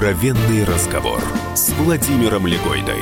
Откровенный разговор с Владимиром Легойдой.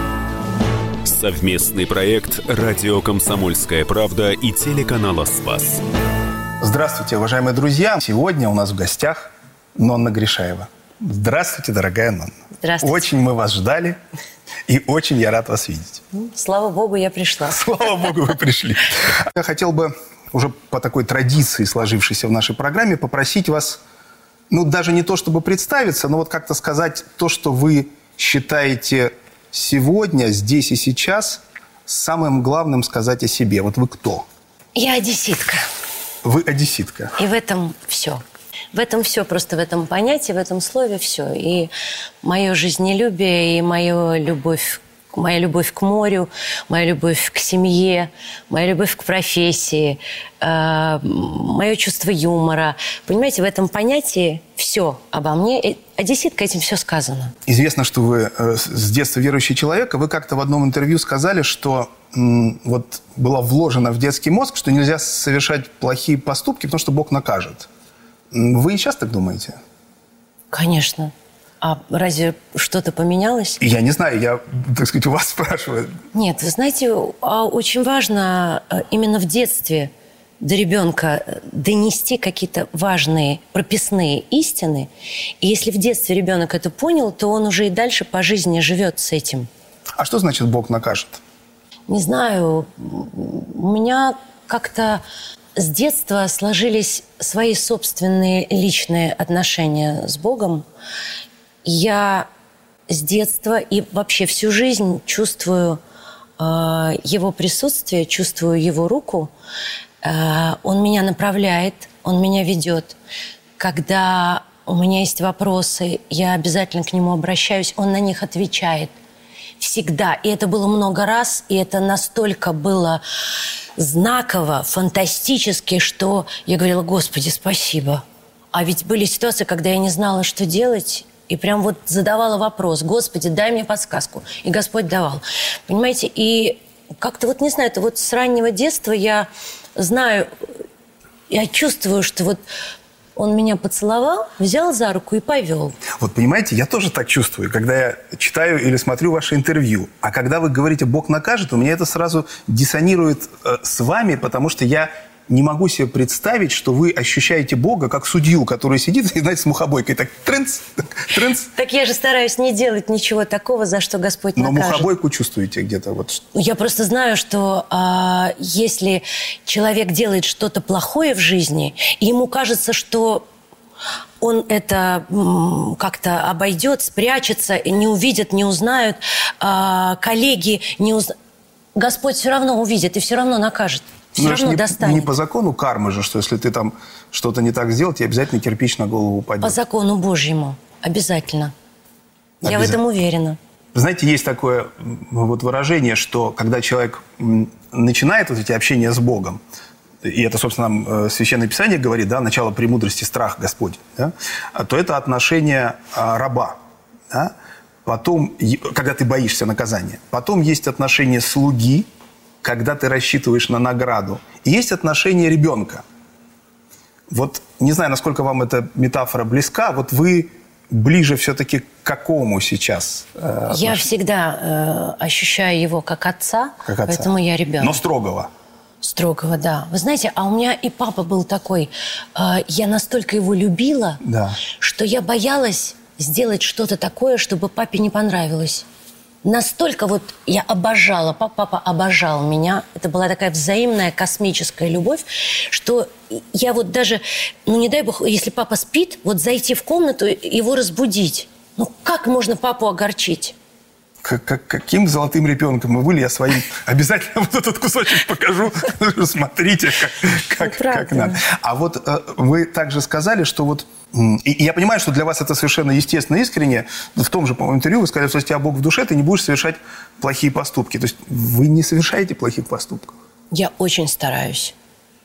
Совместный проект «Радио Комсомольская правда» и телеканала «Спас». Здравствуйте, уважаемые друзья. Сегодня у нас в гостях Нонна Гришаева. Здравствуйте, дорогая Нонна. Здравствуйте. Очень мы вас ждали, и очень я рад вас видеть. Слава Богу, я пришла. Слава Богу, вы пришли. Я хотел бы уже по такой традиции, сложившейся в нашей программе, попросить вас, даже не то чтобы представиться, но вот как-то сказать то, что вы считаете сегодня, здесь и сейчас, самым главным сказать о себе. Вот вы кто? Я одесситка. Вы одесситка. И в этом все. В этом все, просто в этом понятии, в этом слове все. И мое жизнелюбие, и моя любовь к морю, моя любовь к семье, моя любовь к профессии, мое чувство юмора. Понимаете, в этом понятии все обо мне. И одесситка, этим все сказано. Известно, что вы с детства верующий человек, и вы как-то в одном интервью сказали, что вот было вложено в детский мозг, что нельзя совершать плохие поступки, потому что Бог накажет. Вы и сейчас так думаете? Конечно. А разве что-то поменялось? Я не знаю, я, так сказать, у вас спрашиваю. Нет, вы знаете, очень важно именно в детстве до ребенка донести какие-то важные прописные истины. И если в детстве ребенок это понял, то он уже и дальше по жизни живет с этим. А что значит Бог накажет? Не знаю, у меня как-то с детства сложились свои собственные личные отношения с Богом. Я с детства и вообще всю жизнь чувствую Его присутствие, чувствую Его руку. Он меня направляет, Он меня ведет. Когда у меня есть вопросы, я обязательно к Нему обращаюсь, Он на них отвечает. Всегда. И это было много раз, и это настолько было знаково, фантастически, что я говорила: Господи, спасибо. А ведь были ситуации, когда я не знала, что делать, и прям вот задавала вопрос: Господи, дай мне подсказку. И Господь давал. Понимаете? И как-то вот, не знаю, это вот с раннего детства я знаю, я чувствую, что вот Он меня поцеловал, взял за руку и повел. Вот понимаете, я тоже так чувствую, когда я читаю или смотрю ваше интервью. А когда вы говорите «Бог накажет», у меня это сразу диссонирует с вами, потому что я не могу себе представить, что вы ощущаете Бога как судью, который сидит, и, знаете, с мухобойкой так трынц, трынц. Так я же стараюсь не делать ничего такого, за что Господь накажет. Но мухобойку чувствуете где-то? Вот. Я просто знаю, что если человек делает что-то плохое в жизни, и ему кажется, что он это как-то обойдет, спрячется, не увидят, не узнают, коллеги не узнают. Господь все равно увидит и все равно накажет. Все равно достанет. Не по закону кармы же, что если ты там что-то не так сделал, тебе обязательно кирпич на голову упадет. По закону Божьему. Обязательно. Я в этом уверена. Знаете, есть такое вот выражение, что когда человек начинает вот эти общения с Богом, и это, собственно, нам Священное Писание говорит, да, начало премудрости, страх Господень, да, то это отношение раба. Да? Потом, когда ты боишься наказания. Потом есть отношение слуги, когда ты рассчитываешь на награду. И есть отношение ребенка. Вот не знаю, насколько вам эта метафора близка. Вот вы ближе все-таки к какому сейчас? Я всегда ощущаю его как отца, поэтому я ребенок. Но строгого? Строгого, да. Вы знаете, а у меня и папа был такой. Я настолько его любила, да, что я боялась сделать что-то такое, чтобы папе не понравилось. Настолько вот я обожала, папа обожал меня. Это была такая взаимная космическая любовь, что я вот даже, не дай бог, если папа спит, вот зайти в комнату, его разбудить. Как можно папу огорчить? Каким золотым ребенком вы были, я своим обязательно вот этот кусочек покажу. Смотрите, как надо. А вот вы также сказали, что вот... И я понимаю, что для вас это совершенно естественно, искренне. В том же, по-моему, интервью вы сказали, что если у тебя Бог в душе, ты не будешь совершать плохие поступки. То есть вы не совершаете плохих поступков? Я очень стараюсь.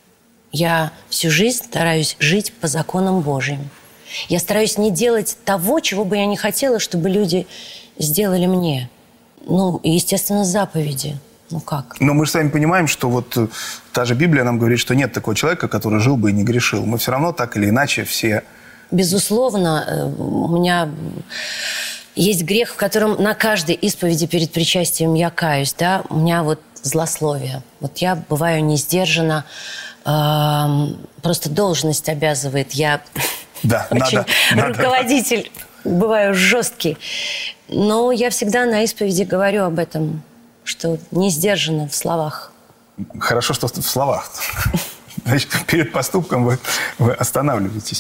Я всю жизнь стараюсь жить по законам Божьим. Я стараюсь не делать того, чего бы я не хотела, чтобы люди сделали мне. Естественно, заповеди. Как? Но мы же с вами понимаем, что вот та же Библия нам говорит, что нет такого человека, который жил бы и не грешил. Мы все равно так или иначе все Безусловно, у меня есть грех, в котором на каждой исповеди перед причастием я каюсь, да, у меня вот злословие. Вот я бываю не сдержана, просто должность обязывает. Я очень руководитель, бываю жесткий. Но я всегда на исповеди говорю об этом, что не сдержана в словах. Хорошо, что в словах. Значит, перед поступком вы останавливаетесь.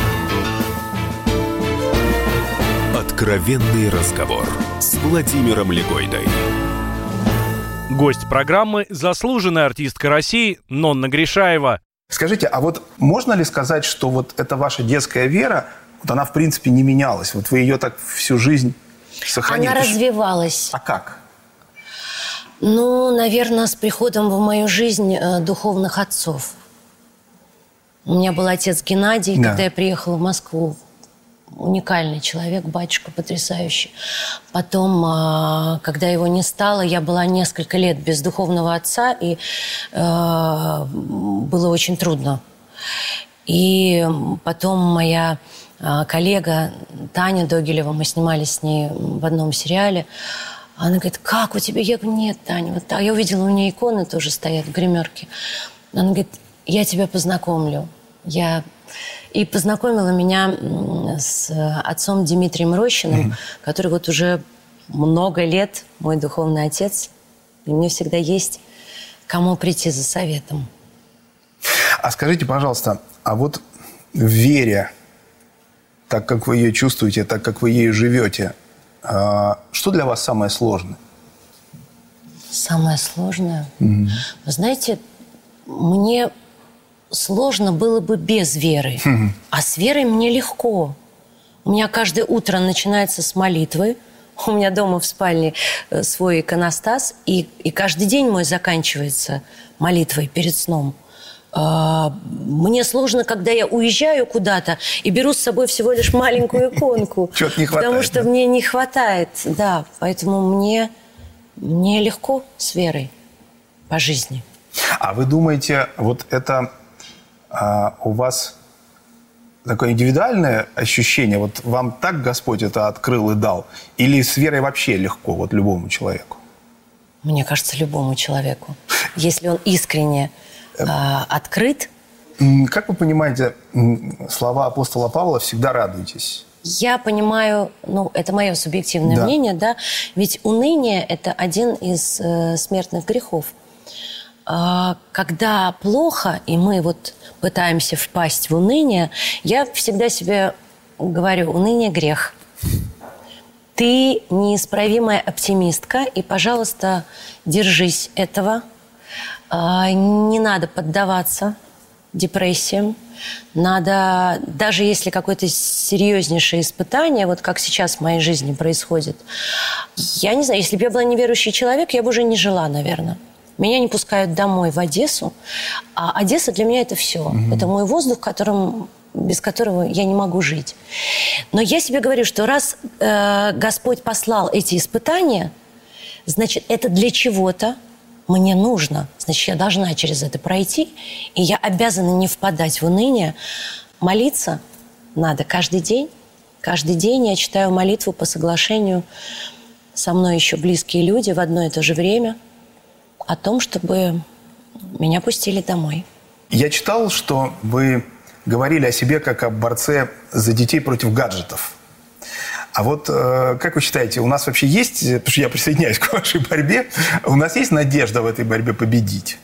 Откровенный разговор с Владимиром Легойдой. Гость программы – заслуженная артистка России Нонна Гришаева. Скажите, а вот можно ли сказать, что вот эта ваша детская вера, вот она в принципе не менялась? Вот вы ее так всю жизнь сохранили? Она развивалась. А как? Ну, наверное, с приходом в мою жизнь духовных отцов. У меня был отец Геннадий, когда я приехала в Москву. Уникальный человек, батюшка потрясающий. Потом, когда его не стало, я была несколько лет без духовного отца, и было очень трудно. И потом моя коллега Таня Догилева, мы снимались с ней в одном сериале, она говорит: как у тебя? Я говорю: нет, Таня, вот так. Я увидела, у меня иконы тоже стоят в гримерке. Она говорит: я тебя познакомлю. И познакомила меня с отцом Дмитрием Рощиным, который вот уже много лет мой духовный отец. И мне всегда есть кому прийти за советом. А скажите, пожалуйста, а вот в вере, так как вы ее чувствуете, так как вы ею живете, что для вас самое сложное? Самое сложное? Вы знаете, мне сложно было бы без веры. А с верой мне легко. У меня каждое утро начинается с молитвы. У меня дома в спальне свой иконостас. И каждый день мой заканчивается молитвой перед сном. Мне сложно, когда я уезжаю куда-то и беру с собой всего лишь маленькую иконку. Чего-то не хватает. Потому что мне не хватает, да. Поэтому мне легко с верой по жизни. А вы думаете, вот это у вас такое индивидуальное ощущение? Вот вам так Господь это открыл и дал? Или с верой вообще легко, вот любому человеку? Мне кажется, любому человеку. Если он искренне открыт. Как вы понимаете слова апостола Павла «всегда радуйтесь»? Я понимаю, это мое субъективное мнение, да, ведь уныние – это один из смертных грехов. Когда плохо, и мы вот пытаемся впасть в уныние, я всегда себе говорю: уныние – грех. Ты неисправимая оптимистка, и, пожалуйста, держись этого. Не надо поддаваться депрессиям. Надо, даже если какое-то серьезнейшее испытание, вот как сейчас в моей жизни происходит, я не знаю, если бы я была неверующий человек, я бы уже не жила, наверное. Меня не пускают домой в Одессу, а Одесса для меня это все. Это мой воздух, без которого я не могу жить. Но я себе говорю, что раз Господь послал эти испытания, значит, это для чего-то мне нужно. Значит, я должна через это пройти, и я обязана не впадать в уныние. Молиться надо каждый день. Каждый день я читаю молитву по соглашению со мной еще близкие люди в одно и то же время о том, чтобы меня пустили домой. Я читал, что вы говорили о себе как о борце за детей против гаджетов. А вот как вы считаете, у нас вообще есть, потому что я присоединяюсь к вашей борьбе, у нас есть надежда в этой борьбе победить?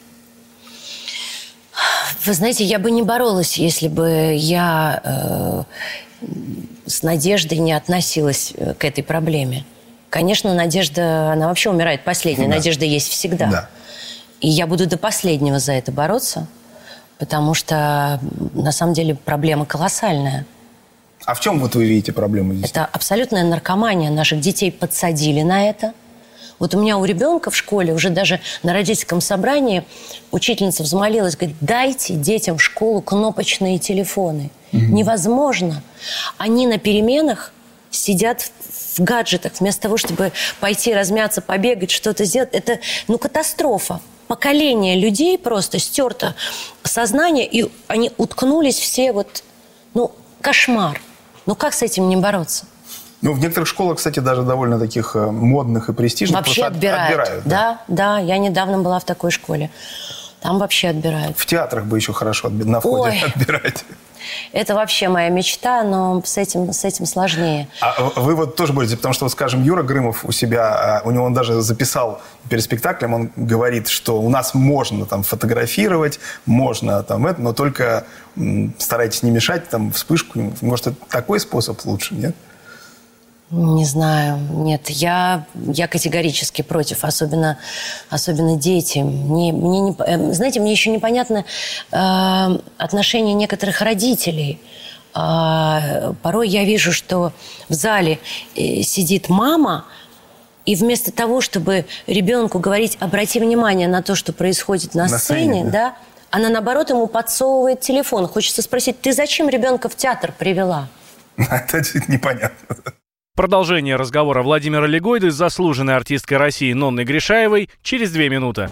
Вы знаете, я бы не боролась, если бы я с надеждой не относилась к этой проблеме. Конечно, надежда, она вообще умирает последняя. Да. Надежда есть всегда. Да. И я буду до последнего за это бороться, потому что, на самом деле, проблема колоссальная. А в чем вот вы видите проблему здесь? Это абсолютная наркомания. Наших детей подсадили на это. Вот у меня у ребенка в школе, уже даже на родительском собрании, учительница взмолилась, говорит: дайте детям в школу кнопочные телефоны. Невозможно. Они на переменах сидят в гаджетах, вместо того, чтобы пойти размяться, побегать, что-то сделать. Это, катастрофа. Поколение людей просто стерто сознание, и они уткнулись все кошмар. Ну как с этим не бороться? Ну, в некоторых школах, кстати, даже довольно таких модных и престижных Вообще отбирают. Да, я недавно была в такой школе. Там вообще отбирают. В театрах бы еще хорошо на входе отбирать. Это вообще моя мечта, но с этим сложнее. А вы вот тоже будете, потому что, вот, скажем, Юра Грымов у себя, у него он даже записал перед спектаклем, он говорит, что у нас можно там фотографировать, можно там это, но только старайтесь не мешать там вспышку. Может, это такой способ лучше, нет? Не знаю, нет, я категорически против, особенно дети. Знаете, мне еще непонятно отношение некоторых родителей. Порой я вижу, что в зале сидит мама, и вместо того, чтобы ребенку говорить, обрати внимание на то, что происходит на сцене, да, она, наоборот, ему подсовывает телефон. Хочется спросить, ты зачем ребенка в театр привела? Это непонятно. Продолжение разговора Владимира Легойды с заслуженной артисткой России Нонной Гришаевой через 2 минуты.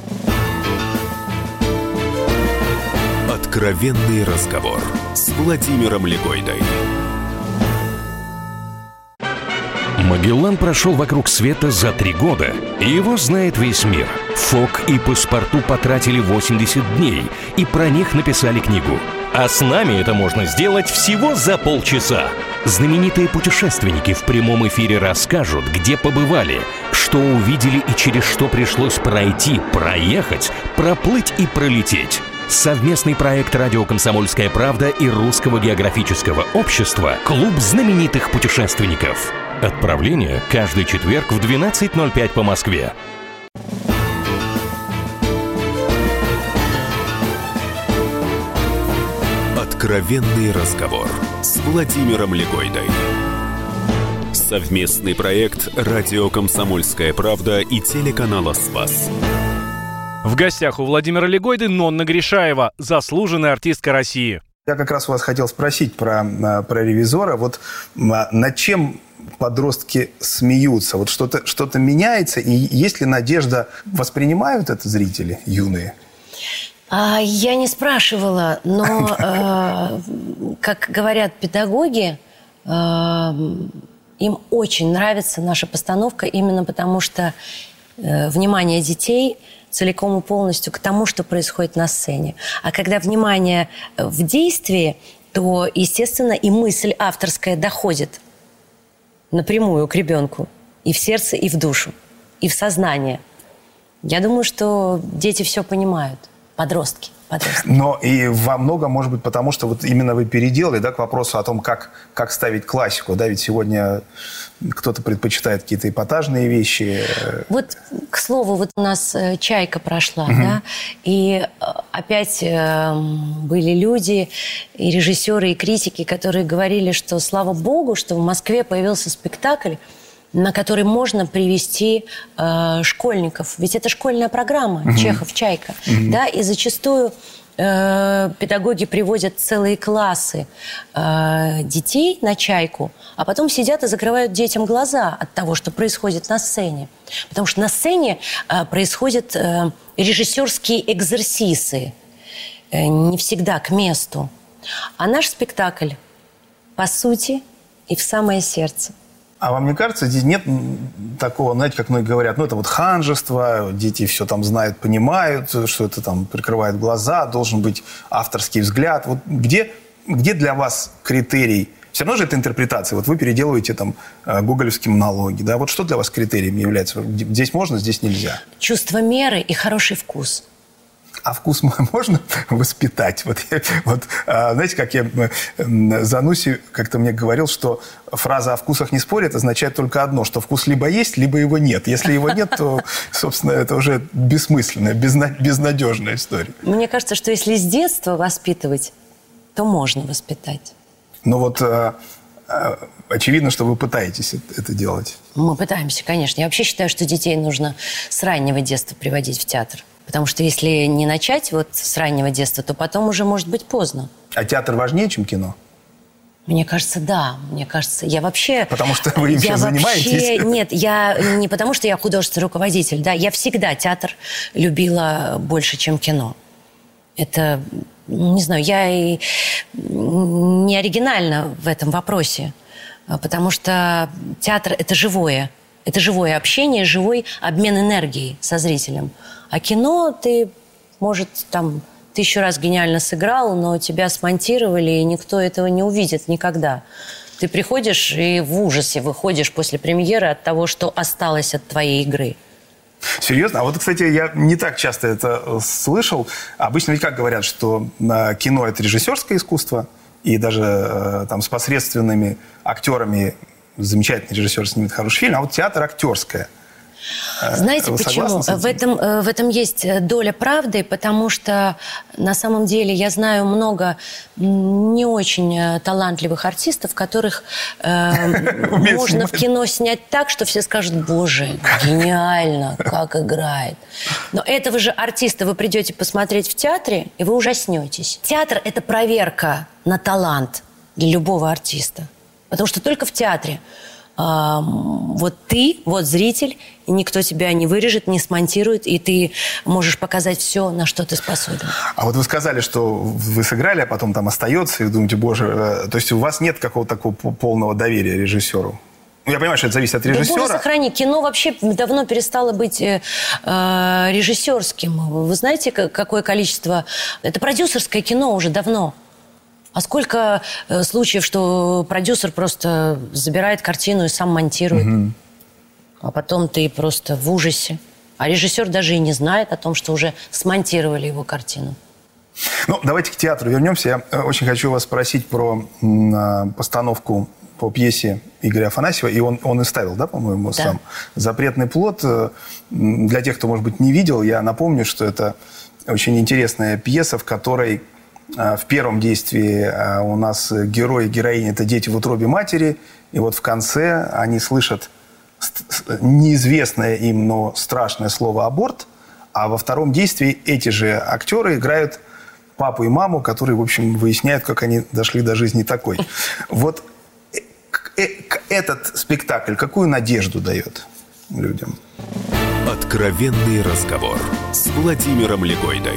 Откровенный разговор с Владимиром Легойдой. Магеллан прошел вокруг света за 3 года, и его знает весь мир. Фок и Паспарту потратили 80 дней, и про них написали книгу. А с нами это можно сделать всего за полчаса. Знаменитые путешественники в прямом эфире расскажут, где побывали, что увидели и через что пришлось пройти, проехать, проплыть и пролететь. Совместный проект «Радио Комсомольская правда» и Русского географического общества «Клуб знаменитых путешественников». Отправление каждый четверг в 12:05 по Москве. Откровенный разговор с Владимиром Легойдой. Совместный проект «Радио Комсомольская правда» и телеканала «Спас». В гостях у Владимира Легойды Нонна Гришаева, заслуженная артистка России. Я как раз вас хотел спросить про «Ревизора». Вот над чем подростки смеются? Вот что-то меняется? И есть ли надежда? Воспринимают это зрители юные? Я не спрашивала, но, как говорят педагоги, им очень нравится наша постановка именно потому, что внимание детей целиком и полностью к тому, что происходит на сцене. А когда внимание в действии, то, естественно, и мысль авторская доходит напрямую к ребенку и в сердце, и в душу, и в сознание. Я думаю, что дети все понимают. Подростки. Но и во многом, может быть, потому что вот именно вы переделали, да, к вопросу о том, как ставить классику. Да, ведь сегодня кто-то предпочитает какие-то эпатажные вещи. Вот, к слову, вот у нас «Чайка» прошла, да, и опять были люди, и режиссеры, и критики, которые говорили, что, слава богу, что в Москве появился спектакль, на который можно привести школьников. Ведь это школьная программа, Чехов, «Чайка». Да? И зачастую педагоги приводят целые классы детей на «Чайку», а потом сидят и закрывают детям глаза от того, что происходит на сцене. Потому что на сцене происходят режиссерские экзерсисы, не всегда к месту. А наш спектакль, по сути, и в самое сердце. А вам не кажется, здесь нет такого, знаете, как многие говорят, это вот ханжество, дети все там знают, понимают, что это там прикрывает глаза, должен быть авторский взгляд. Вот где для вас критерий? Все равно же это интерпретация. Вот вы переделываете там гоголевские монологи, да? Вот что для вас критерием является? Здесь можно, здесь нельзя. Чувство меры и хороший вкус. А вкус можно воспитать? Знаете, как Зануси как-то мне говорил, что фраза «о вкусах не спорят» означает только одно, что вкус либо есть, либо его нет. Если его нет, то, собственно, это уже бессмысленная, безнадежная история. Мне кажется, что если с детства воспитывать, то можно воспитать. Но вот очевидно, что вы пытаетесь это делать. Мы пытаемся, конечно. Я вообще считаю, что детей нужно с раннего детства приводить в театр. Потому что если не начать вот с раннего детства, то потом уже может быть поздно. А театр важнее, чем кино? Мне кажется, да. Мне кажется, я вообще... Потому что вы им сейчас занимаетесь? Нет, я не потому, что я художественный руководитель. Да, я всегда театр любила больше, чем кино. Это, не знаю, я не оригинально в этом вопросе, потому что театр – это живое. Это живое общение, живой обмен энергией со зрителем. А кино ты, может, там 1000 раз гениально сыграл, но тебя смонтировали, и никто этого не увидит никогда. Ты приходишь и в ужасе выходишь после премьеры от того, что осталось от твоей игры. Серьезно? А вот, кстати, я не так часто это слышал. Обычно ведь как говорят, что кино – это режиссерское искусство, и даже там с посредственными актерами замечательный режиссер снимет хороший фильм, а вот театр актерское. Знаете почему? В этом есть доля правды, потому что на самом деле я знаю много не очень талантливых артистов, которых можно в кино снять так, что все скажут: боже, гениально, как играет. Но этого же артиста вы придете посмотреть в театре, и вы ужаснетесь. Театр – это проверка на талант для любого артиста. Потому что только в театре вот ты, вот зритель, и никто тебя не вырежет, не смонтирует, и ты можешь показать все, на что ты способен. А вот вы сказали, что вы сыграли, а потом там остается, и вы думаете: боже, то есть у вас нет какого-то такого полного доверия режиссеру? Ну, я понимаю, что это зависит от режиссера. Да, боже, сохрани, кино вообще давно перестало быть режиссерским. Вы знаете, какое количество... Это продюсерское кино уже давно. А сколько случаев, что продюсер просто забирает картину и сам монтирует, а потом ты просто в ужасе. А режиссер даже и не знает о том, что уже смонтировали его картину. Ну, давайте к театру вернемся. Я очень хочу вас спросить про постановку по пьесе Игоря Афанасьева. И он и ставил, да, по-моему, да, сам «Запретный плод». Для тех, кто, может быть, не видел, я напомню, что это очень интересная пьеса, в которой... В первом действии у нас герой и героиня – это дети в утробе матери. И вот в конце они слышат неизвестное им, но страшное слово «аборт». А во втором действии эти же актеры играют папу и маму, которые, в общем, выясняют, как они дошли до жизни такой. Вот этот спектакль какую надежду дает людям? Откровенный разговор с Владимиром Легойдой.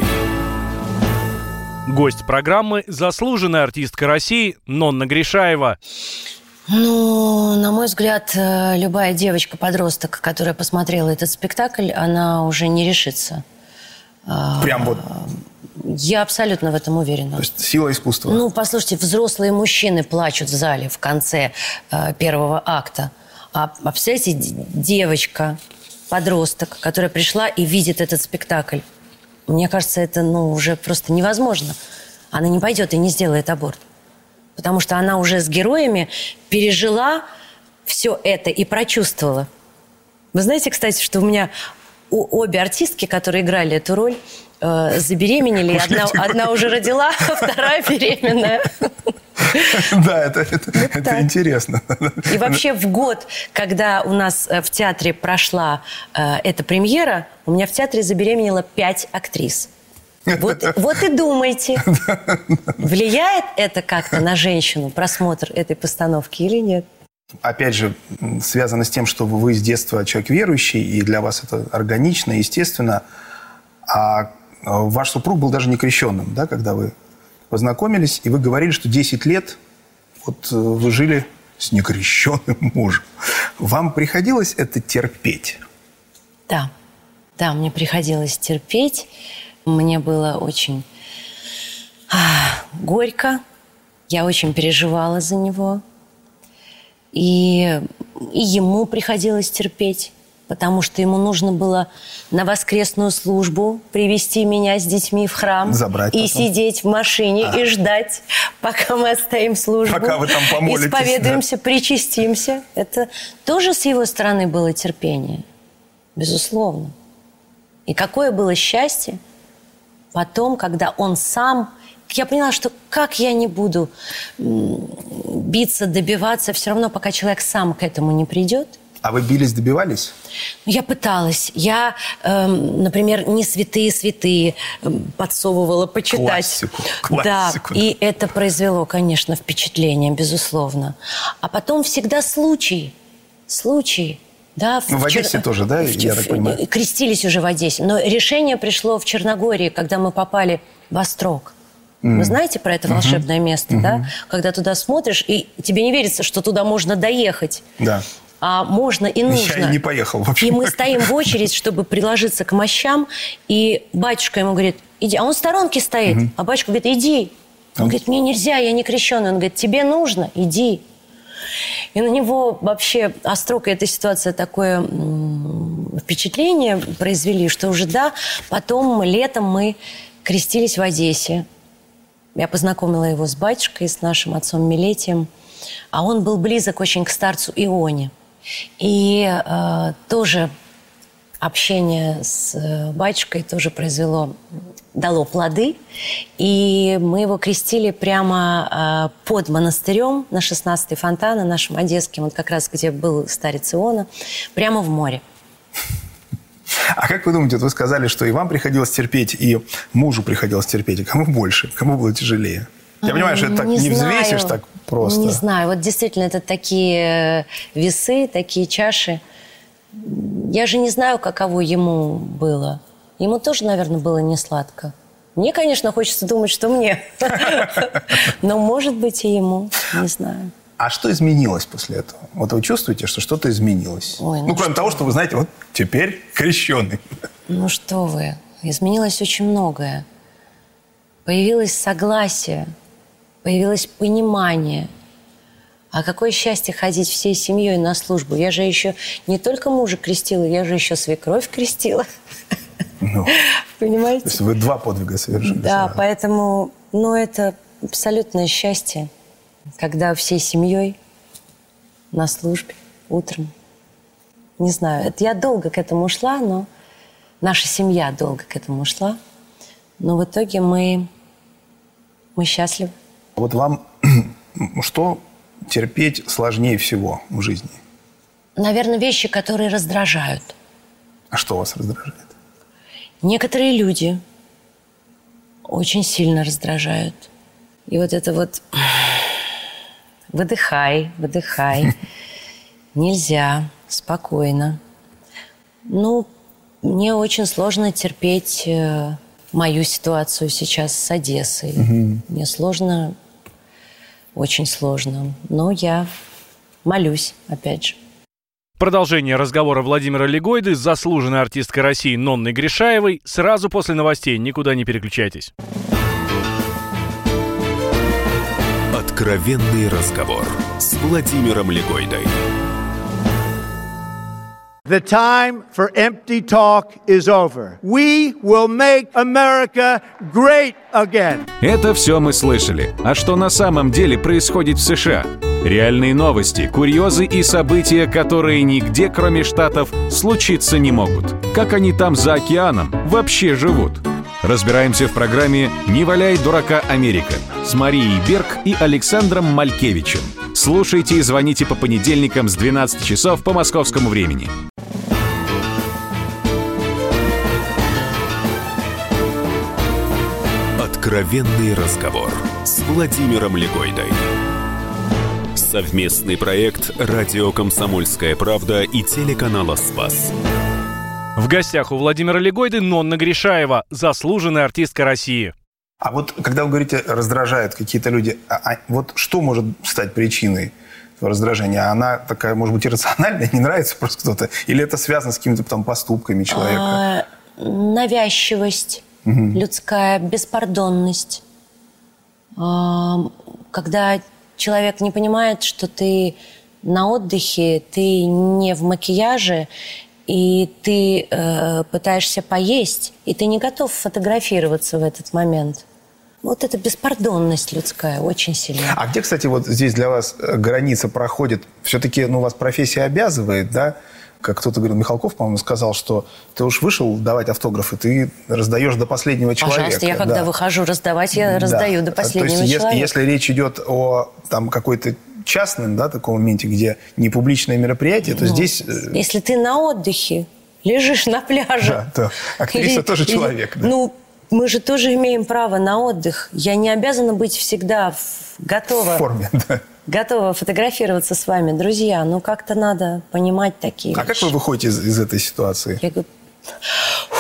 Гость программы – заслуженная артистка России Нонна Гришаева. Ну, на мой взгляд, любая девочка-подросток, которая посмотрела этот спектакль, она уже не решится. Прям вот? Я абсолютно в этом уверена. То есть сила искусства? Ну, послушайте, взрослые мужчины плачут в зале в конце первого акта. А представляете, девочка, подросток, которая пришла и видит этот спектакль. Мне кажется, это уже просто невозможно. Она не пойдет и не сделает аборт. Потому что она уже с героями пережила все это и прочувствовала. Вы знаете, кстати, что у меня обе артистки, которые играли эту роль, забеременели. Одна уже родила, а вторая беременная. Да, это интересно. И вообще в год, когда у нас в театре прошла эта премьера, у меня в театре забеременело 5 актрис. Вот и думайте, влияет это как-то на женщину, просмотр этой постановки или нет? Опять же, связано с тем, что вы с детства человек верующий, и для вас это органично, естественно. А ваш супруг был даже не крещенным, да, когда вы познакомились, и вы говорили, что 10 лет вот вы жили с некрещенным мужем. Вам приходилось это терпеть? Да, мне приходилось терпеть. Мне было очень горько. Я очень переживала за него. И ему приходилось терпеть, потому что ему нужно было на воскресную службу привести меня с детьми в храм. Забрать и потом. Сидеть в машине и ждать, пока мы отстоим службу. Пока вы там помолитесь. Исповедуемся, причастимся. Это тоже с его стороны было терпение. Безусловно. И какое было счастье потом, когда он сам... Я поняла, что как я не буду биться, добиваться, все равно, пока человек сам к этому не придет. А вы бились, добивались? Я пыталась. Я, например, не святые подсовывала почитать. Классику. Да, и это произвело, конечно, впечатление, безусловно. А потом всегда случаи. Да, в Одессе тоже, да, я так понимаю? Крестились уже в Одессе. Но решение пришло в Черногории, когда мы попали в Острог. Вы знаете про это волшебное место, да? Когда туда смотришь, и тебе не верится, что туда можно доехать. Да. А можно и нужно. Я и не поехал вообще. И мы стоим в очередь, чтобы приложиться к мощам, и батюшка ему говорит, иди. А он в сторонке стоит, а батюшка говорит, иди. Он говорит, мне нельзя, я не крещеный. Он говорит, тебе нужно, иди. И на него вообще Острог и эта ситуация такое впечатление произвели, что уже потом летом мы крестились в Одессе. Я познакомила его с батюшкой, с нашим отцом Милетием. А он был близок очень к старцу Ионе. И тоже общение с батюшкой тоже дало плоды. И мы его крестили прямо под монастырем на 16-й фонтане нашим одесским, вот как раз где был старец Иона, прямо в море. А как вы думаете, вот вы сказали, что и вам приходилось терпеть, и мужу приходилось терпеть, и кому больше, кому было тяжелее? Я понимаю, что это так не взвесишь так просто. Не знаю. Вот действительно, это такие весы, такие чаши. Я же не знаю, каково ему было. Ему тоже, наверное, было не сладко. Мне, конечно, хочется думать, что мне. Но, может быть, и ему. Не знаю. А что изменилось после этого? Вот вы чувствуете, что что-то изменилось? Ой, кроме того, что вы знаете, вот теперь крещеный. Ну что вы, изменилось очень многое. Появилось согласие, появилось понимание. А какое счастье ходить всей семьей на службу. Я же еще не только мужа крестила, я же еще свекровь крестила. Понимаете? То есть вы 2 подвига совершили. Да, поэтому, это абсолютное счастье, когда всей семьей на службе утром. Не знаю, это я долго к этому шла, но наша семья долго к этому шла. Но в итоге мы счастливы. Вот вам что терпеть сложнее всего в жизни? Наверное, вещи, которые раздражают. А что вас раздражает? Некоторые люди очень сильно раздражают. И вот это вот... Выдыхай. Нельзя. Спокойно. Мне очень сложно терпеть мою ситуацию сейчас с Одессой. Мне сложно, очень сложно. Но я молюсь, опять же. Продолжение разговора Владимира Легойды с заслуженной артисткой России Нонной Гришаевой сразу после новостей. Никуда не переключайтесь. Откровенный разговор с Владимиром Легойдой. The time for empty talk is over. We will make America great again. Это все мы слышали. А что на самом деле происходит в США? Реальные новости, курьезы и события, которые нигде, кроме Штатов, случиться не могут. Как они там за океаном вообще живут? Разбираемся в программе «Не валяй дурака, Америка» с Марией Берг и Александром Малькевичем. Слушайте и звоните по понедельникам с 12 часов по московскому времени. Откровенный разговор с Владимиром Легойдой. Совместный проект «Радио Комсомольская правда» и телеканала «Спас». В гостях у Владимира Легойды Нонна Гришаева, заслуженная артистка России. А вот когда вы говорите, раздражают какие-то люди, вот что может стать причиной этого раздражения? Она такая, может быть, иррациональная, не нравится просто кто-то? Или это связано с какими-то там поступками человека? Навязчивость людская, беспардонность. Когда человек не понимает, что ты на отдыхе, ты не в макияже, и ты пытаешься поесть, и ты не готов фотографироваться в этот момент. Вот эта беспардонность людская очень сильная. А где, кстати, вот здесь для вас граница проходит? Все-таки, у вас профессия обязывает, да? Как кто-то говорил, Михалков, по-моему, сказал, что ты уж вышел давать автографы, ты раздаешь до последнего человека. Пожалуйста, я когда выхожу раздавать, я раздаю до последнего человека. То есть, если речь идет о какой-то частном, таком моменте, где не публичное мероприятие, то здесь... Если ты на отдыхе, лежишь на пляже... Да. Актриса тоже человек. Мы же тоже имеем право на отдых. Я не обязана быть всегда готова. В форме, да. Готова фотографироваться с вами. Друзья, как-то надо понимать такие вещи. А как вы выходите из этой ситуации? Я говорю,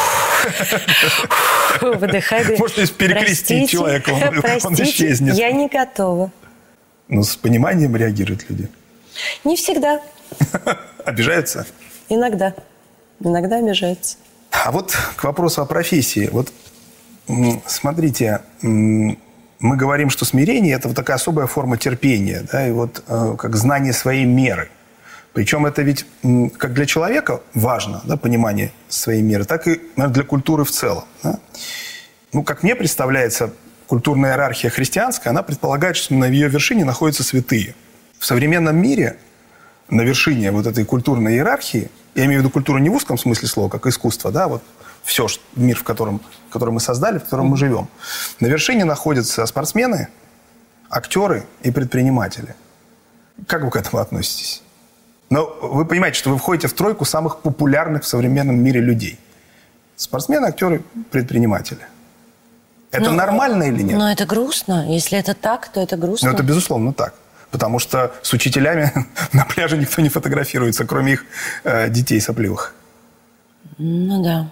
Выдыхай. Может, если перекрестить человека, он исчезнет. Я не готова. Ну, с пониманием реагируют люди. Не всегда. Обижаются? Иногда. Иногда обижаются. А вот к вопросу о профессии. Вот смотрите, мы говорим, что смирение – это вот такая особая форма терпения, да, и вот как знание своей меры. Причем это ведь как для человека важно, да, понимание своей меры, так и, наверное, для культуры в целом. Да? Ну, как мне представляется, культурная иерархия христианская, она предполагает, что на ее вершине находятся святые. В современном мире на вершине вот этой культурной иерархии, я имею в виду культуру не в узком смысле слова, как искусство, да, вот все, мир, в котором мы создали, в котором мы живем. На вершине находятся спортсмены, актеры и предприниматели. Как вы к этому относитесь? Но вы понимаете, что вы входите в тройку самых популярных в современном мире людей. Спортсмены, актеры, предприниматели. Это нормально или нет? Но это грустно. Если это так, то это грустно. Ну, это безусловно так. Потому что с учителями на пляже никто не фотографируется, кроме их детей сопливых. Ну да.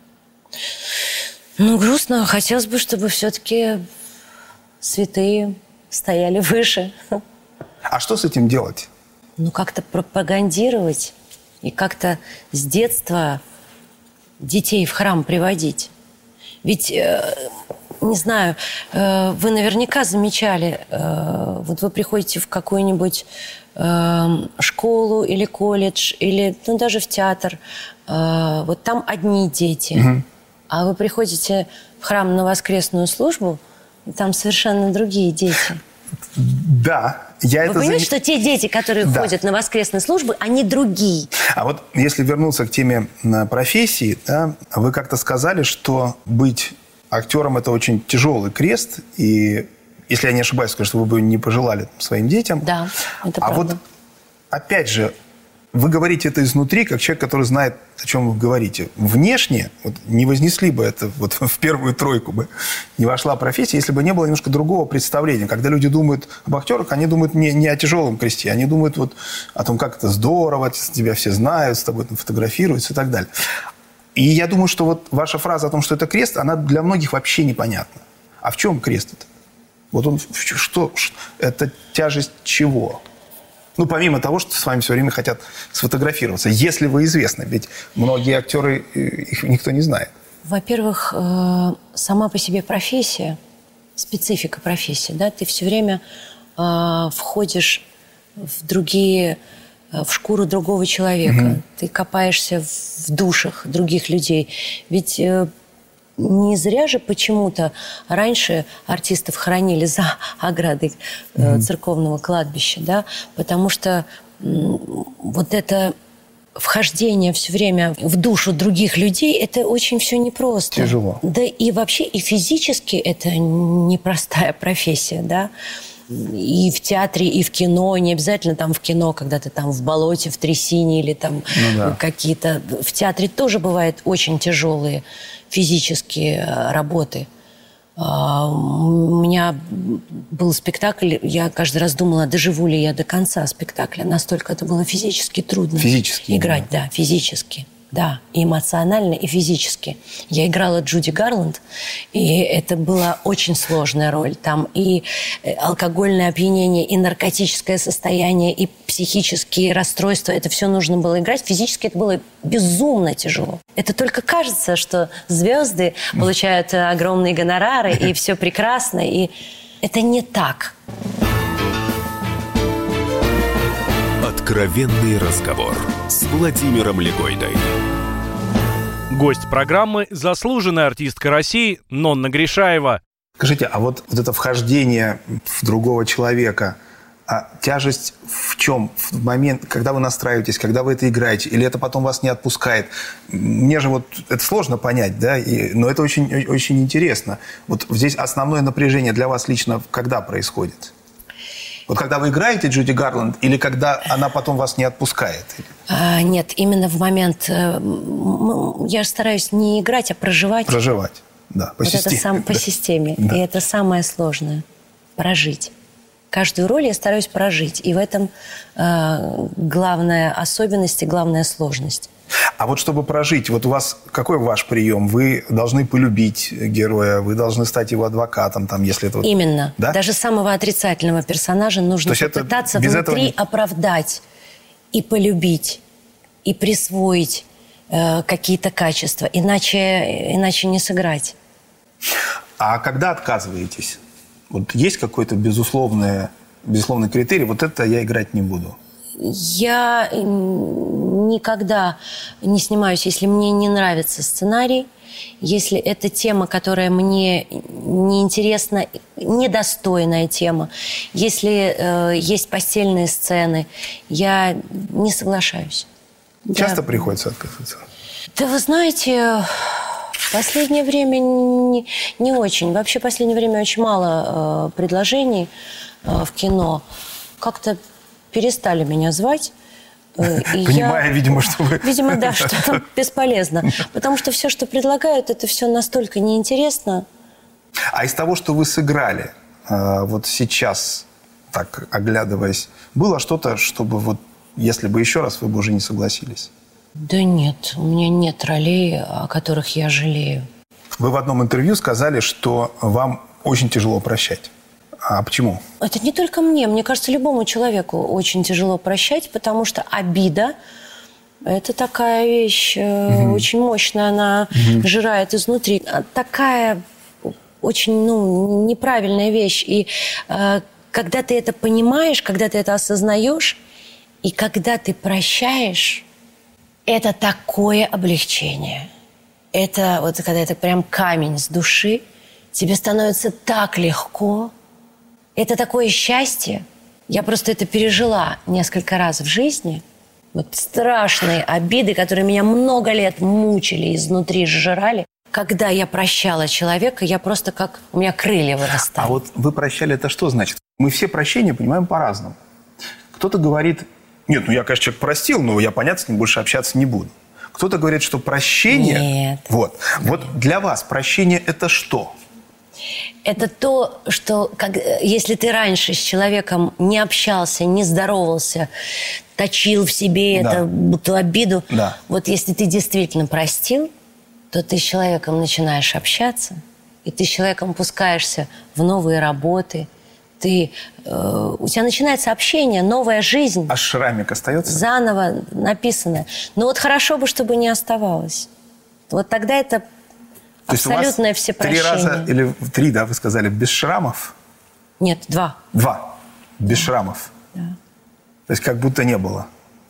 Ну, грустно. Хотелось бы, чтобы все-таки святые стояли выше. А что с этим делать? Ну, как-то пропагандировать и как-то с детства детей в храм приводить. Ведь, не знаю, вы наверняка замечали, вот вы приходите в какую-нибудь школу или колледж, или даже в театр, вот там одни дети, а вы приходите в храм на воскресную службу, и там совершенно другие дети. Да, я Вы понимаете, что те дети, которые ходят на воскресные службы, они другие? А вот если вернуться к теме профессии, да, вы как-то сказали, что быть актером – это очень тяжелый крест, и, если я не ошибаюсь, скажу, что вы бы не пожелали своим детям. Да, это правда. А вот, опять же, вы говорите это изнутри, как человек, который знает, о чем вы говорите. Внешне вот, не вознесли бы это вот, в первую тройку, бы не вошла профессия, если бы не было немножко другого представления. Когда люди думают об актерах, они думают не о тяжелом кресте, они думают вот о том, как это здорово, тебя все знают, с тобой фотографируются и так далее. И я думаю, что вот ваша фраза о том, что это крест, она для многих вообще непонятна. А в чем крест это? Вот он, что это тяжесть чего? Ну, помимо того, что с вами все время хотят сфотографироваться. Если вы известны, ведь многие актеры, их никто не знает. Во-первых, сама по себе профессия, специфика профессии, да, ты все время входишь в шкуру другого человека. Ты копаешься в душах других людей. Ведь не зря же почему-то раньше артистов хоронили за оградой церковного кладбища, да, потому что вот это вхождение все время в душу других людей, это очень все непросто. Тяжело. Да и вообще и физически это непростая профессия, да. И в театре, и в кино, не обязательно там в кино, когда ты там в болоте, в трясине или там какие-то... В театре тоже бывают очень тяжелые физические работы. У меня был спектакль, я каждый раз думала, доживу ли я до конца спектакля. Настолько это было физически трудно. Физически играть, да, физически. Да, и эмоционально, и физически. Я играла Джуди Гарланд, и это была очень сложная роль. Там и алкогольное опьянение, и наркотическое состояние, и психические расстройства. Это все нужно было играть. Физически это было безумно тяжело. Это только кажется, что звезды получают огромные гонорары, и все прекрасно, и это не так. Откровенный разговор с Владимиром Легойдой. Гость программы – заслуженная артистка России Нонна Гришаева. Скажите, а вот это вхождение в другого человека, а тяжесть в чем? В момент, когда вы настраиваетесь, когда вы это играете, или это потом вас не отпускает? Мне же вот это сложно понять, да, но это очень, очень интересно. Вот здесь основное напряжение для вас лично когда происходит? Вот когда вы играете Джуди Гарланд или когда она потом вас не отпускает? Нет, именно в момент... Я стараюсь не играть, а проживать. Проживать, да, по системе. Это по системе. Да. И это самое сложное. Прожить. Каждую роль я стараюсь прожить. И в этом главная особенность и главная сложность. А вот чтобы прожить, вот у вас какой ваш прием? Вы должны полюбить героя, вы должны стать его адвокатом, там, если это... Именно. Да? Даже самого отрицательного персонажа нужно попытаться внутри оправдать и полюбить, и присвоить какие-то качества. Иначе не сыграть. А когда отказываетесь? Вот есть какой-то безусловный критерий, вот это я играть не буду? Я никогда не снимаюсь, если мне не нравится сценарий, если это тема, которая мне неинтересна, недостойная тема, если есть постельные сцены, я не соглашаюсь. Часто приходится отказываться? Да вы знаете, в последнее время не очень. Вообще в последнее время очень мало предложений в кино. Как-то перестали меня звать. Понимая, видимо, что вы... Видимо, да, что бесполезно. Потому что все, что предлагают, это все настолько неинтересно. А из того, что вы сыграли, вот сейчас, так оглядываясь, было что-то, чтобы вот, если бы еще раз, вы бы уже не согласились? Да нет, у меня нет ролей, о которых я жалею. Вы в одном интервью сказали, что вам очень тяжело прощать. А почему? Это не только мне. Мне кажется, любому человеку очень тяжело прощать, потому что обида – это такая вещь очень мощная. Она сжирает изнутри. Такая очень неправильная вещь. И когда ты это понимаешь, когда ты это осознаешь, и когда ты прощаешь, это такое облегчение. Это вот когда это прям камень с души, тебе становится так легко. Это такое счастье. Я просто это пережила несколько раз в жизни. Вот страшные обиды, которые меня много лет мучили, изнутри сжирали. Когда я прощала человека, я просто как... У меня крылья вырастали. А вот вы прощали, это что значит? Мы все прощения понимаем по-разному. Кто-то говорит, нет, я, конечно, человек простил, но я, понятно, с ним больше общаться не буду. Кто-то говорит, что прощение... Нет. Вот для вас прощение – это что? Это то, что если ты раньше с человеком не общался, не здоровался, точил в себе эту обиду, вот если ты действительно простил, то ты с человеком начинаешь общаться, и ты с человеком пускаешься в новые работы, у тебя начинается общение, новая жизнь. А шрамик остается? Заново написанное. Но вот хорошо бы, чтобы не оставалось. Вот тогда это... То есть абсолютное всепрощение. 3 раза, или 3, да, вы сказали, без шрамов? Нет, 2. 2. Без шрамов? Да. То есть как будто не было?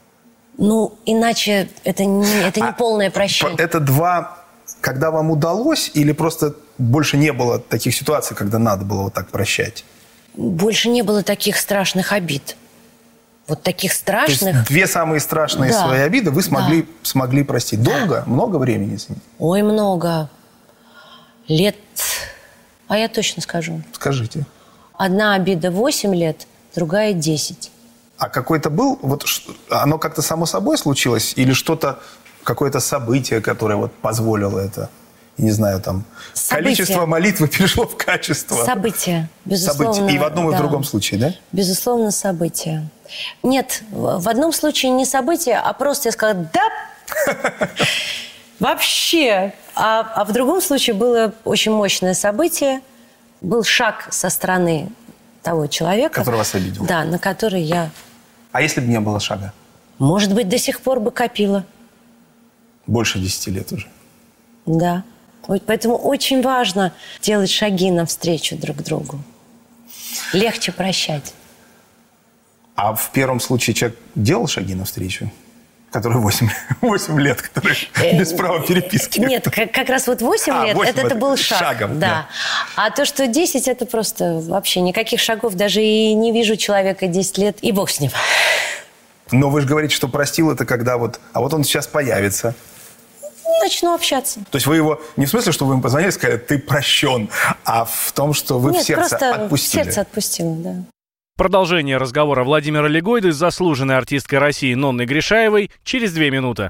Иначе это не полное прощение. Это 2, когда вам удалось, или просто больше не было таких ситуаций, когда надо было вот так прощать? Больше не было таких страшных обид. Вот таких страшных... То есть 2 самые страшные свои обиды вы смогли простить. Долго? Много времени? Ой, много. Лет... А я точно скажу. Скажите. Одна обида 8 лет, другая 10. А какой-то был... Оно как-то само собой случилось? Или что-то, какое-то событие, которое вот позволило это? Не знаю, там... Событие. Количество молитвы перешло в качество. Событие, безусловно. Событие. И в одном, и в другом случае, да? Безусловно, событие. Нет, в одном случае не событие, а просто я сказала «да». Вообще. А в другом случае было очень мощное событие. Был шаг со стороны того человека. Который вас обидел. Да, на который я... А если бы не было шага? Может быть, до сих пор бы копила. Больше 10 лет уже. Да. Поэтому очень важно делать шаги навстречу друг другу. Легче прощать. А в первом случае человек делал шаги навстречу? Который 8 лет, который без права переписки. Нет, как раз вот 8 лет, 8 это был шаг. Шагом, да. А то, что 10, это просто вообще никаких шагов. Даже и не вижу человека 10 лет, и бог с ним. Но вы же говорите, что простил это когда вот... А вот он сейчас появится. Начну общаться. То есть вы его... Не в смысле, что вы ему позвонили и сказали, ты прощен, а в том, что вы в сердце отпустили. Сердце отпустило, да. Продолжение разговора Владимира Легойды с заслуженной артисткой России Нонной Гришаевой через 2 минуты.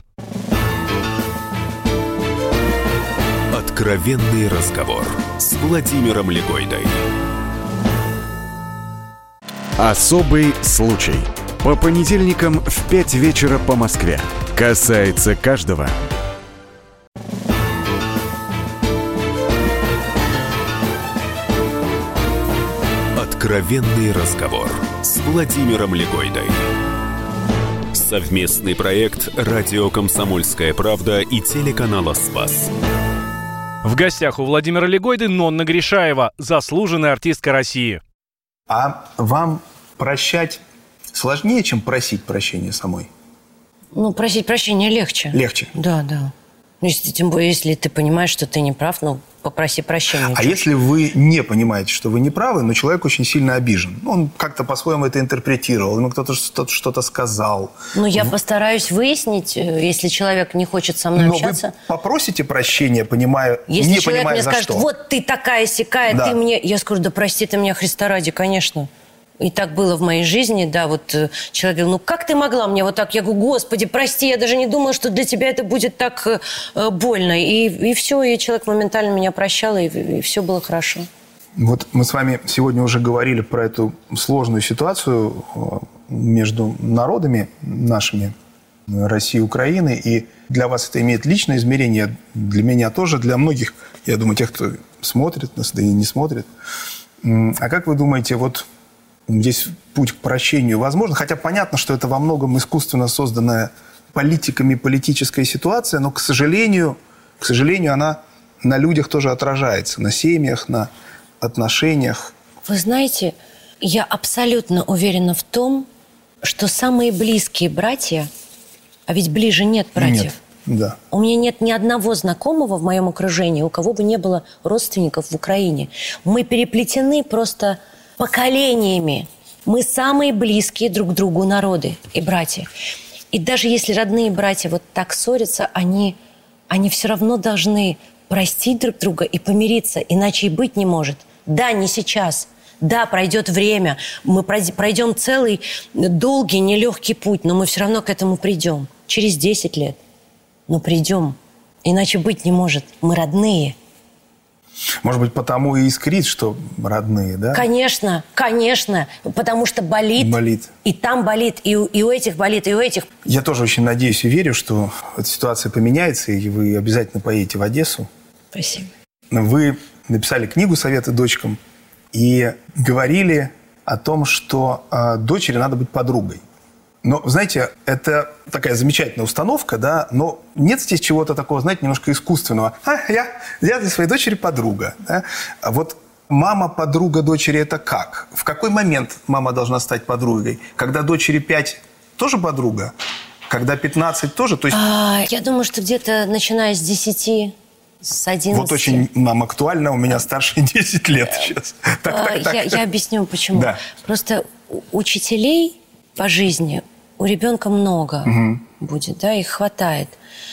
Откровенный разговор с Владимиром Легойдой. Особый случай. По понедельникам в 5 вечера по Москве. Касается каждого. Откровенный разговор с Владимиром Легойдой. Совместный проект «Радио Комсомольская правда» и телеканала «Спас». В гостях у Владимира Легойды Нонна Гришаева, заслуженная артистка России. А вам прощать сложнее, чем просить прощения самой? Ну, просить прощения легче. Легче? Да. Тем более, если ты понимаешь, что ты не прав, попроси прощения. А если вы не понимаете, что вы не правы, но человек очень сильно обижен? Он как-то по-своему это интерпретировал, ему кто-то что-то сказал. Я постараюсь выяснить, если человек не хочет со мной общаться. Но вы попросите прощения, понимая, если не человек понимая, мне за скажет, что. вот ты такая-сякая, Да. ты мне... Я скажу, да прости ты меня, Христа ради, конечно. И так было в моей жизни, да, человек говорил, как ты могла мне вот так? Я говорю, Господи, прости, я даже не думала, что для тебя это будет так больно. И все, и человек моментально меня прощал, и все было хорошо. Вот мы с вами сегодня уже говорили про эту сложную ситуацию между народами нашими, России и Украины, и для вас это имеет личное измерение, для меня тоже, для многих, я думаю, тех, кто смотрит нас, да и не смотрит. А как вы думаете, здесь путь к прощению возможен? Хотя понятно, что это во многом искусственно созданная политиками политическая ситуация, но, к сожалению, она на людях тоже отражается, на семьях, на отношениях. Вы знаете, я абсолютно уверена в том, что самые близкие братья, а ведь ближе нет братьев. Нет, да. У меня нет ни одного знакомого в моем окружении, у кого бы не было родственников в Украине. Мы переплетены просто поколениями. Мы самые близкие друг к другу народы и братья. И даже если родные братья вот так ссорятся, они все равно должны простить друг друга и помириться, иначе и быть не может. Да, не сейчас. Да, пройдет время, мы пройдем целый долгий, нелегкий путь, но мы все равно к этому придем. Через 10 лет. Но придем. Иначе быть не может. Мы родные. Может быть, потому и искрит, что родные, да? Конечно. Потому что болит. И там болит, и у этих болит, и у этих. Я тоже очень надеюсь и верю, что эта ситуация поменяется, и вы обязательно поедете в Одессу. Спасибо. Вы написали книгу «Советы дочкам» и говорили о том, что дочери надо быть подругой. Но, знаете, это такая замечательная установка, да, но нет здесь чего-то такого, знаете, немножко искусственного. Я для своей дочери подруга. Да? А вот мама подруга дочери – это как? В какой момент мама должна стать подругой? Когда дочери 5 – тоже подруга? Когда 15 – тоже? То есть... Я думаю, что где-то начиная с 10, с 11. Вот очень нам актуально, у меня старше 10 лет сейчас. Я объясню, почему. Да. Просто учителей по жизни у ребенка много будет, да, их хватает.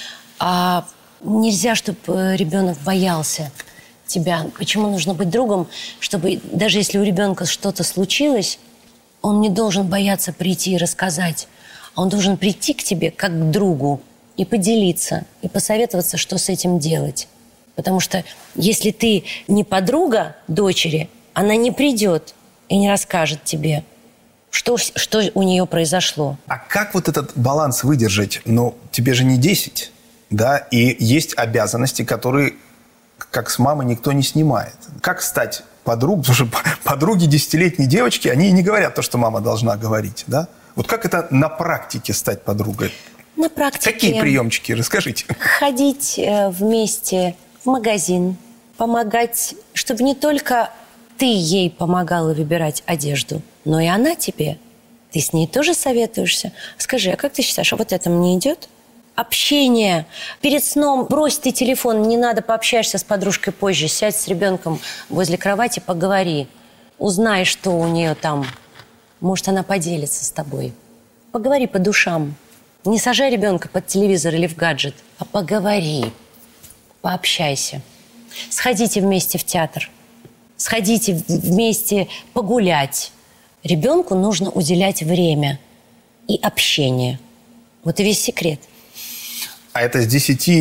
А нельзя, чтобы ребенок боялся тебя. Почему нужно быть другом? Чтобы даже если у ребенка что-то случилось, он не должен бояться прийти и рассказать. Он должен прийти к тебе как к другу и поделиться, и посоветоваться, что с этим делать. Потому что если ты не подруга дочери, она не придет и не расскажет тебе, что у нее произошло. А как вот этот баланс выдержать? Ну, тебе же не 10, да? И есть обязанности, которые, как с мамы, никто не снимает. Как стать подругой? Потому что подруги 10-летней девочки, они не говорят то, что мама должна говорить, да? Вот как это на практике стать подругой? На практике. Какие приемчики? Расскажите. Ходить вместе в магазин, помогать, чтобы не только ты ей помогала выбирать одежду, но и она тебе. Ты с ней тоже советуешься. Скажи, а как ты считаешь, а вот это мне идет? Общение. Перед сном брось ты телефон, не надо, пообщаешься с подружкой позже. Сядь с ребенком возле кровати, поговори. Узнай, что у нее там. Может, она поделится с тобой. Поговори по душам. Не сажай ребенка под телевизор или в гаджет, а поговори. Пообщайся. Сходите вместе в театр. Сходите вместе погулять. Ребенку нужно уделять время и общение. Вот и весь секрет. А это с 10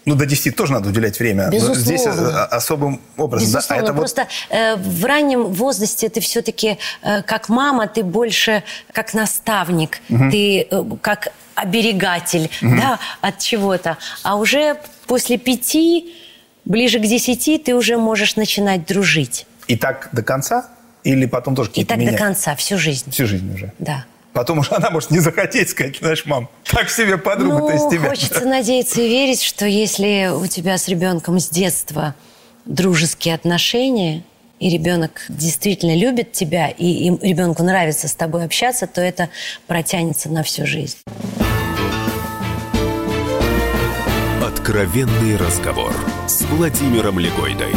Ну, до 10 тоже надо уделять время. Безусловно. Но здесь особым образом. Безусловно. Да? А это Просто в раннем возрасте ты все-таки, как мама, ты больше как наставник, ты как оберегатель, да, от чего-то. А уже после 5, ближе к 10, ты уже можешь начинать дружить. И так до конца? Или потом тоже какие-то до конца, всю жизнь. Всю жизнь уже? Да. Потом уже она может не захотеть сказать, знаешь, мам, так себе подруга-то из тебя. Хочется надеяться и верить, что если у тебя с ребенком с детства дружеские отношения, и ребенок действительно любит тебя, и ребенку нравится с тобой общаться, то это протянется на всю жизнь. Откровенный разговор с Владимиром Легойдой.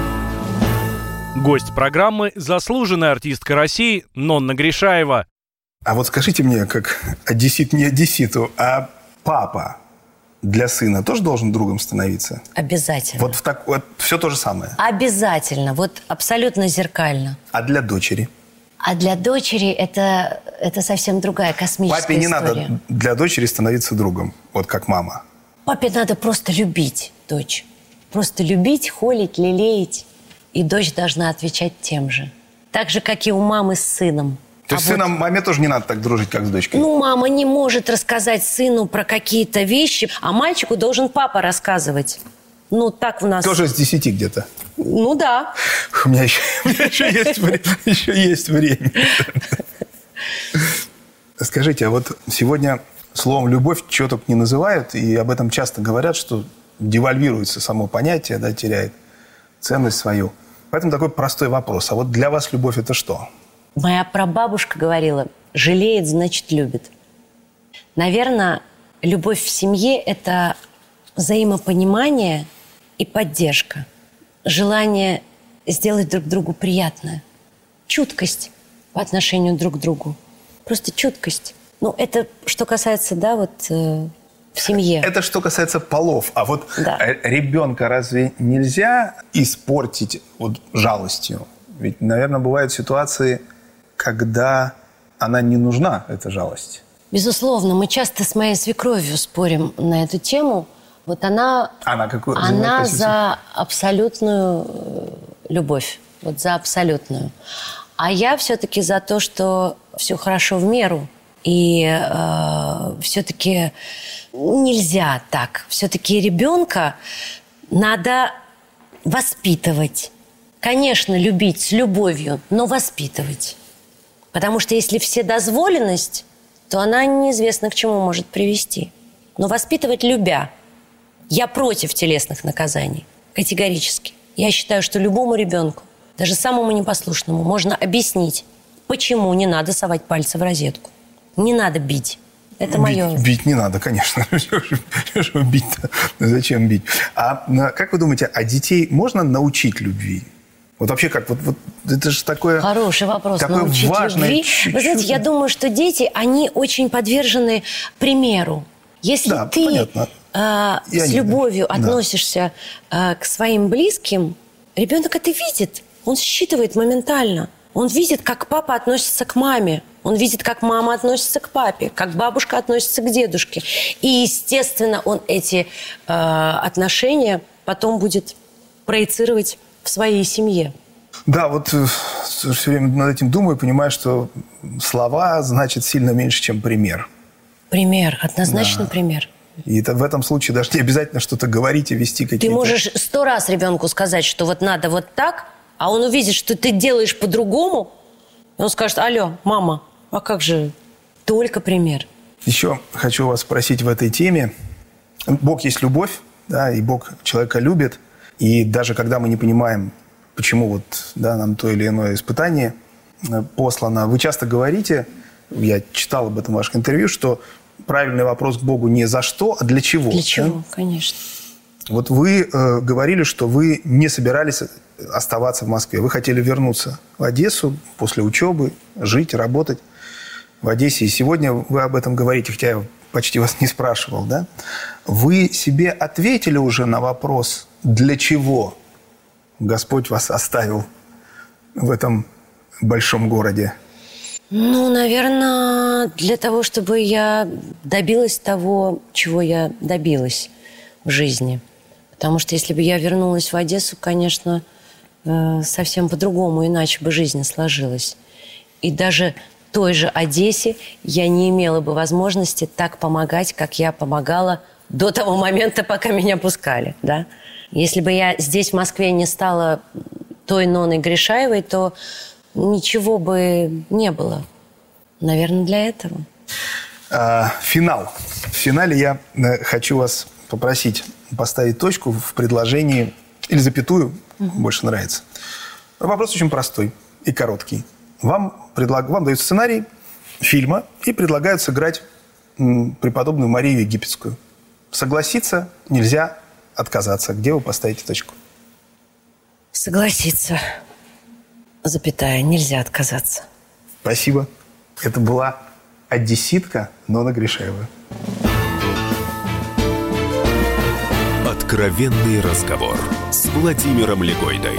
Гость программы – заслуженная артистка России Нонна Гришаева. А вот скажите мне, как одессит не одесситу, а папа для сына тоже должен другом становиться? Обязательно. Вот все то же самое? Обязательно. Вот абсолютно зеркально. А для дочери? А для дочери это совсем другая космическая Папе не история. надо для дочери становиться другом, вот как мама. Папе надо просто любить дочь. Просто любить, холить, лелеять. И дочь должна отвечать тем же. Так же, как и у мамы с сыном. То есть сыном маме тоже не надо так дружить, как с дочкой? Ну, мама не может рассказать сыну про какие-то вещи, а мальчику должен папа рассказывать. Ну, так у нас... Тоже с 10 где-то? Ну, да. У меня еще есть время. Скажите, а вот сегодня словом «любовь» чего только не называют, и об этом часто говорят, что девальвируется само понятие, да, теряет ценность свою. Поэтому такой простой вопрос. А вот для вас любовь – это что? Моя прабабушка говорила, жалеет, значит, любит. Наверное, любовь в семье – это взаимопонимание и поддержка. Желание сделать друг другу приятное. Чуткость по отношению друг к другу. Просто чуткость. Ну, это что касается, да, вот в семье. Это что касается полов. А вот да. Ребенка разве нельзя испортить вот жалостью? Ведь, наверное, бывают ситуации, когда она не нужна, эта жалость. Безусловно. Мы часто с моей свекровью спорим на эту тему. Вот она за абсолютную любовь. Вот за абсолютную. А я все-таки за то, что все хорошо в меру. И все-таки нельзя так. Все-таки ребенка надо воспитывать. Конечно, любить с любовью, но воспитывать. Потому что если вседозволенность, то она неизвестно к чему может привести. Но воспитывать любя. Я против телесных наказаний. Категорически. Я считаю, что любому ребенку, даже самому непослушному, можно объяснить, почему не надо совать пальцы в розетку. Не надо бить. Это мое. Бить не надо, конечно. Бить-то? Зачем бить? А как вы думаете, а детей можно научить любви? Вот вообще как? Вот это же такое... Хороший вопрос. Такое научить важное любви. Вы знаете, я думаю, что дети, они очень подвержены примеру. Если ты с любовью относишься к своим близким, ребенок это видит. Он считывает моментально. Он видит, как папа относится к маме. Он видит, как мама относится к папе, как бабушка относится к дедушке. И, естественно, он эти отношения потом будет проецировать в своей семье. Да, вот все время над этим думаю, понимаю, что слова значат сильно меньше, чем пример. Пример, однозначно пример. И это, в этом случае даже не обязательно что-то говорить и вести какие-то... Ты можешь 100 раз ребенку сказать, что вот надо вот так, а он увидит, что ты делаешь по-другому, и он скажет: алло, мама, а как же? Только пример. Еще хочу вас спросить в этой теме. Бог есть любовь, да, и Бог человека любит. И даже когда мы не понимаем, почему вот, да, нам то или иное испытание послано, вы часто говорите, я читал об этом в ваших интервью, что правильный вопрос к Богу не за что, а для чего. Для чего, конечно. Вот вы говорили, что вы не собирались оставаться в Москве. Вы хотели вернуться в Одессу после учебы, жить, работать в Одессе. И сегодня вы об этом говорите, хотя я почти вас не спрашивал, да? Вы себе ответили уже на вопрос, для чего Господь вас оставил в этом большом городе? Ну, наверное, для того, чтобы я добилась того, чего я добилась в жизни. Потому что если бы я вернулась в Одессу, конечно, совсем по-другому, иначе бы жизнь сложилась. И даже той же Одессе я не имела бы возможности так помогать, как я помогала до того момента, пока меня пускали, да. Если бы я здесь, в Москве, не стала той Ноной Гришаевой, то ничего бы не было. Наверное, для этого. Финал. В финале я хочу вас попросить поставить точку в предложении, или запятую, больше нравится. Вопрос очень простой и короткий. Вам дают сценарий фильма и предлагают сыграть преподобную Марию Египетскую. Согласиться нельзя, отказаться. Где вы поставите точку? Согласиться. Запятая. Нельзя отказаться. Спасибо. Это была одесситка Нона Гришаева. Откровенный разговор с Владимиром Легойдой.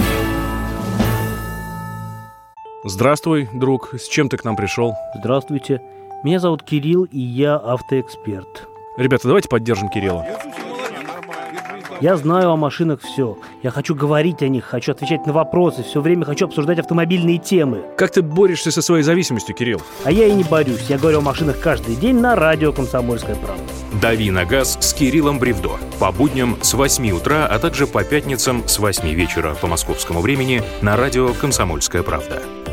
Здравствуй, друг. С чем ты к нам пришел? Здравствуйте. Меня зовут Кирилл, и я автоэксперт. Ребята, давайте поддержим Кирилла. Я знаю о машинах все. Я хочу говорить о них, хочу отвечать на вопросы, все время хочу обсуждать автомобильные темы. Как ты борешься со своей зависимостью, Кирилл? А я и не борюсь. Я говорю о машинах каждый день на радио «Комсомольская правда». «Дави на газ» с Кириллом Бревдо. По будням с 8 утра, а также по пятницам с 8 вечера по московскому времени на радио «Комсомольская правда».